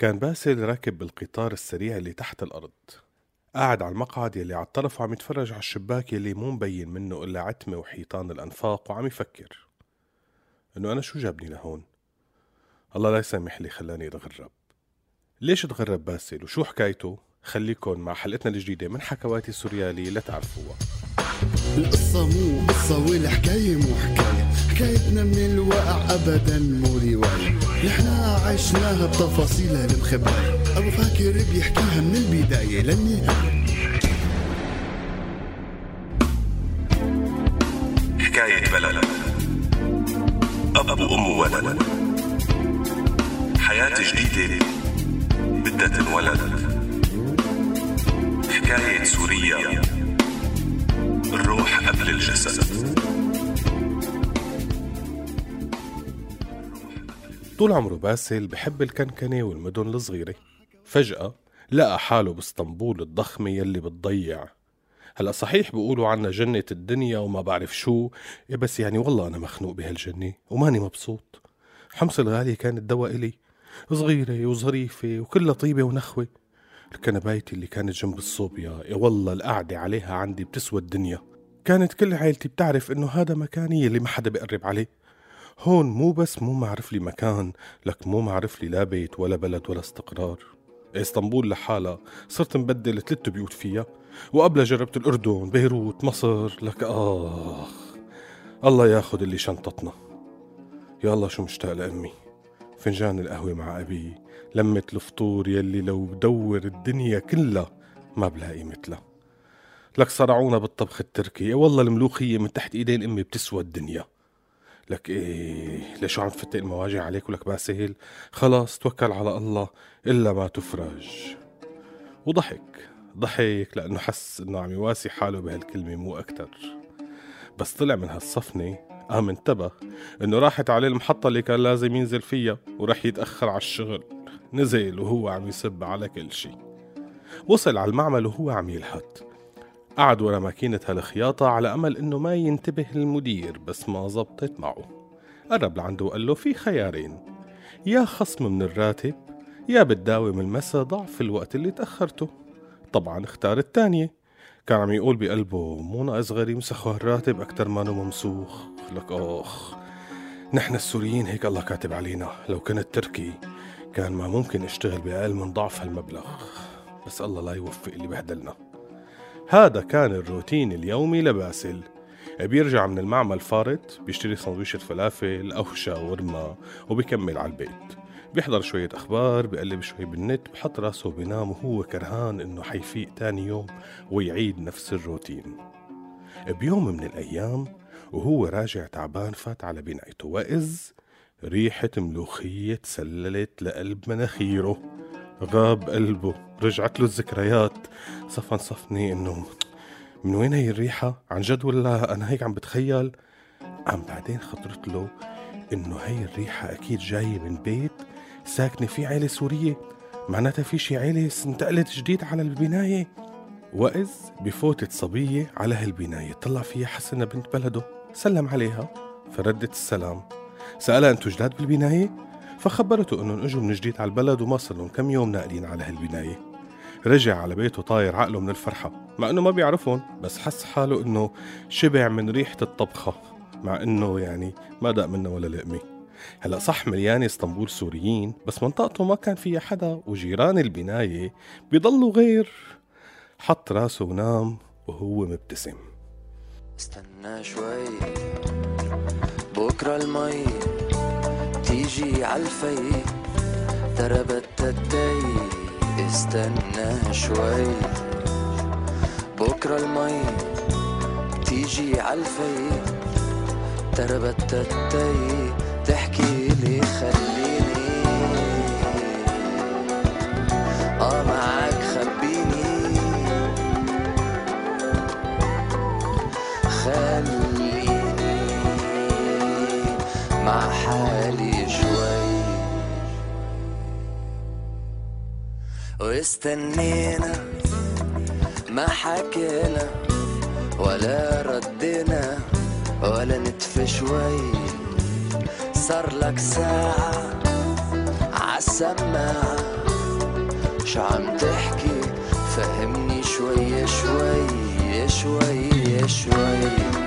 كان باسل راكب بالقطار السريع اللي تحت الأرض، قاعد على المقعد يلي على الطرف وعم يتفرج على الشباك يلي مو مبين منه إلا عتمة وحيطان الأنفاق، وعم يفكر إنه أنا شو جابني لهون؟ الله لا يسامح لي خلاني أتغرب. ليش تغرب باسل وشو حكايته؟ خليكن مع حلقتنا الجديدة من حكواتي سوريالي لتعرفوها. القصة مو قصة والحكاية مو حكاية، حكايتنا من الواقع أبدا مو رواية، نحنا عشناها بتفاصيلها المخباية، أبو فاكر بيحكيها من البداية للنهاية. حكاية بلد، أب وأم وولد، حياة جديدة بدها تنولد. حكاية سوريا، الروح قبل الجسد. طول عمره باسل بحب الكنكنة والمدن الصغيرة. فجأة لقى حاله باسطنبول الضخمة يلي بتضيع. هلأ صحيح بيقولوا عنا جنة الدنيا وما بعرف شو، بس يعني والله أنا مخنوق بهالجنة وماني مبسوط. حمص الغالية كانت دواء إلي، صغيرة وظريفة وكلها طيبة ونخوة. الكنبايت اللي كانت جنب الصوبيا والله القعدة عليها عندي بتسوى الدنيا. كانت كل عائلتي بتعرف إنه هذا مكاني اللي ما حدا بيقرب عليه. هون مو بس مو معرف لي مكان، لك مو معرف لي لا بيت ولا بلد ولا استقرار. اسطنبول لحالها صرت مبدل 3 بيوت فيها، وقبلها جربت الأردن، بيروت، مصر. لك الله ياخد اللي شنطتنا. يا الله شو مشتاق لأمي. فنجان القهوة مع أبي، لمة الفطور يلي لو بدور الدنيا كلها ما بلاقي مثلها. لك صرعونا بالطبخ التركي، والله الملوخية من تحت ايدين امي بتسوى الدنيا. لك ليشو عم تفتق المواجع عليك؟ ولك باسل خلاص توكل على الله إلا ما تفرج. ضحك لأنه حس إنه عم يواسي حاله بهالكلمة مو أكتر. بس طلع من هالصفنة انتبه إنه راحت عليه المحطة اللي كان لازم ينزل فيها ورح يتأخر على الشغل. نزل وهو عم يسب على كل شي. وصل على المعمل وهو عم يلحط. قعد ورا ماكينة هالخياطة على أمل إنه ما ينتبه المدير، بس ما زبطت معه. قرب لعنده وقال له في خيارين، يا خصم من الراتب يا بتداوم المسا ضعف الوقت اللي تأخرته. طبعا اختار الثانية. كان عم يقول بقلبه مو ناقص غير يمسخوا هالراتب أكتر ما نو ممسوخ. لك نحن السوريين هيك الله كاتب علينا. لو كنت تركي كان ما ممكن اشتغل بأقل من ضعف هالمبلغ، بس الله لا يوفق اللي بهدلنا. هذا كان الروتين اليومي لباسل. بيرجع من المعمل فارط، بيشتري سندويشة فلافل أو شاورما وبيكمل على البيت. بيحضر شوية أخبار، بيقلب شوي بالنت، بحط راسه بينام وهو كرهان إنه حيفيق تاني يوم ويعيد نفس الروتين. بيوم من الأيام وهو راجع تعبان فات على بنايته، وإذ ريحة ملوخية تسللت لقلب مناخيره. غاب قلبه، رجعت له الذكريات. صفني إنه من وين هي الريحة عن جد، ولا أنا هيك عم بتخيل؟ بعدين خطرت له إنه هي الريحة أكيد جاية من بيت ساكنة فيه عائلة سورية، معناتها في شي عائلة انتقلت جديد على البناية. وإذ بفوتت صبية على هالبناية، طلع فيها حس إنها بنت بلده، سلم عليها فردت السلام. سألها أنتو جداد بالبناية؟ فخبرته إنه اجوا من جديد على البلد وما صارلهم كم يوم ناقلين على هالبناية. رجع على بيته طاير عقله من الفرحة، مع إنه ما بيعرفهم، بس حس حاله إنه شبع من ريحة الطبخة، مع إنه يعني ما داق منه ولا لقمة. هلأ صح مليانة اسطنبول سوريين، بس منطقته ما كان فيها حدا، وجيران البناية بيضلوا غير. حط راسه ونام وهو مبتسم. استنى شوي بكرة المي تيجي عالفي تربت التي. استنى شوي بكرة المي تيجي عالفي تربت التي. تحكي لي خليني معك خبيني، خليني مع حالي شوي. واستنينا ما حكينا ولا ردنا ولا نتف شوي. صار لك ساعة عالسماعة عم تحكي فهمني شوي شوي شوي شوي.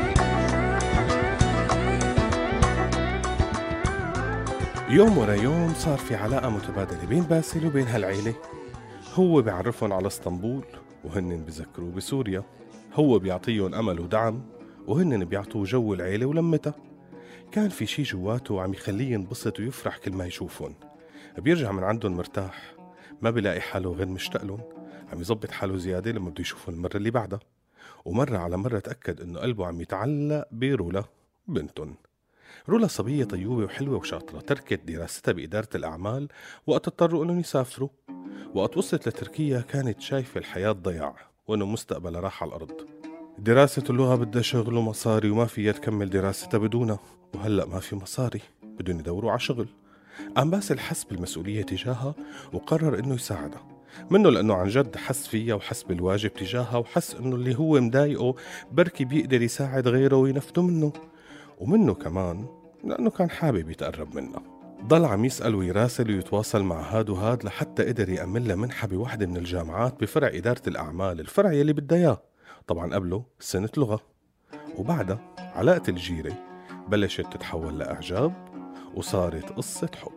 يوم ورا يوم صار في علاقة متبادلة بين باسل وبين هالعيلة. هو بيعرفهم على اسطنبول وهن بذكروه بسوريا، هو بيعطيهم أمل ودعم وهن بيعطوه جو العيلة ولمتها. كان في شي جواته عم يخليه ينبسط ويفرح كل ما يشوفهم. بيرجع من عندهم مرتاح، ما بيلاقي حاله غير مشتاقلن، عم يزبط حاله زيادة لما بده يشوفهم المرة اللي بعدها. ومرة على مرة تأكد إنه قلبه عم يتعلق برولا بنتهم. رولا صبية طيوبة وحلوة وشاطرة، تركت دراستها بإدارة الأعمال وقت اضطروا إنهم يسافروا. وقت وصلت لتركيا كانت شايفة الحياة ضياع وإنه مستقبلها راح على الأرض. دراسة اللغة بدها شغل ومصاري وما فيها تكمل دراستها بدونها، وهلأ ما في مصاري، بدهم يدوروا على شغل. قام باسل حس بالمسؤولية تجاهها وقرر إنه يساعدها، منه لأنه عن جد حس فيها وحس بالواجب تجاهها، وحس إنه اللي هو مضايقه بركي بيقدر يساعد غيره وينفذه منه، ومنه كمان لأنه كان حابب يتقرب منها. ضل عم يسأل ويراسل ويتواصل مع هاد وهاد لحتى قدر يأمن لها منحة بواحدة من الجامعات بفرع إدارة الأعمال، الفرع يلي بدها إياه. طبعا قبله سنة لغة. وبعدها علاقة الجيرة بلشت تتحول لإعجاب وصارت قصة حب.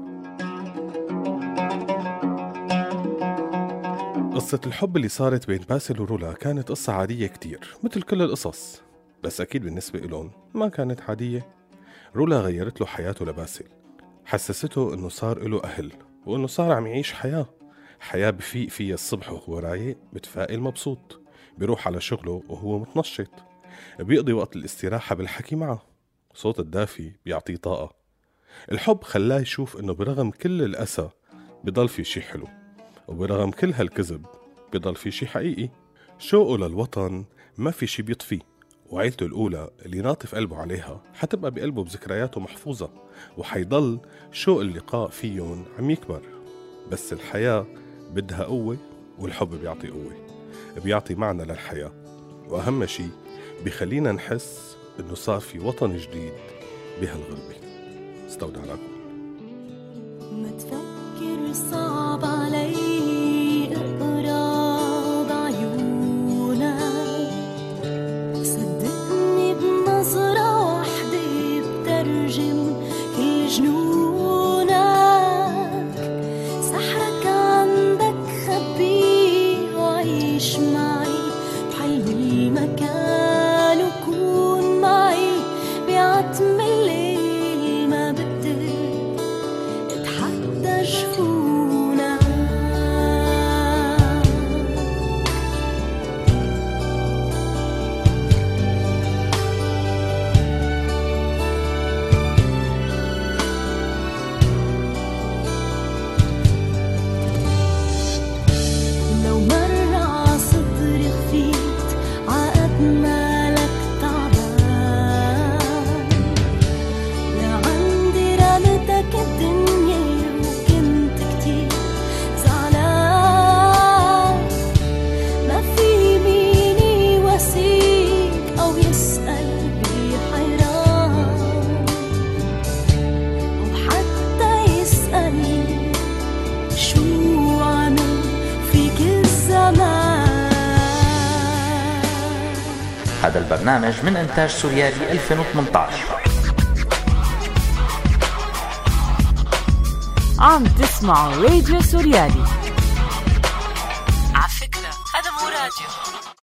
قصة الحب اللي صارت بين باسل ورولا كانت قصة عادية كتير مثل كل القصص، بس أكيد بالنسبة إلهم ما كانت عادية. رولا غيرت له حياته لباسل، حسسته إنه صار له أهل وإنه صار عم يعيش حياة بفيق فيها الصبح وهو رايق متفائل مبسوط، بيروح على شغله وهو متنشط، بيقضي وقت الاستراحة بالحكي معه، صوت الدافي بيعطيه طاقة. الحب خلاه يشوف إنه برغم كل الأسى بضل في شي حلو، وبرغم كل هالكذب بضل في شي حقيقي. شوقه للوطن ما في شي بيطفيه، وعيلته الأولى اللي ناطف قلبه عليها حتبقى بقلبه بذكرياته محفوظة، وحيضل شوق اللقاء فيهم عم يكبر. بس الحياة بدها قوة، والحب بيعطي قوة، بيعطي معنى للحياة، وأهم شي بيخلينا نحس إنه صار في وطن جديد بهالغربة. استودع لكم. ما تفكر صعب علي اقرا بعيونك، صدقني بنظرة واحدة بترجم كل جنونك، سحرك عندك خبيه وعيش معي بحلمي مكان وكون معي بعتم الليل، ما بدي اتحدى جفونك. لو مرة عصدري خفيت عقد مالك تعبان، لعندي رمتك الدنيا وكنت كتير زعلان، ما في مين يواسيك أو يسأل بحيران، أو حتى يسأل شو عمل فيك الزمان. هذا البرنامج من إنتاج سوريالي 2018. عم تسمعوا راديو سوريالي. على فكرة هذا مو راديو.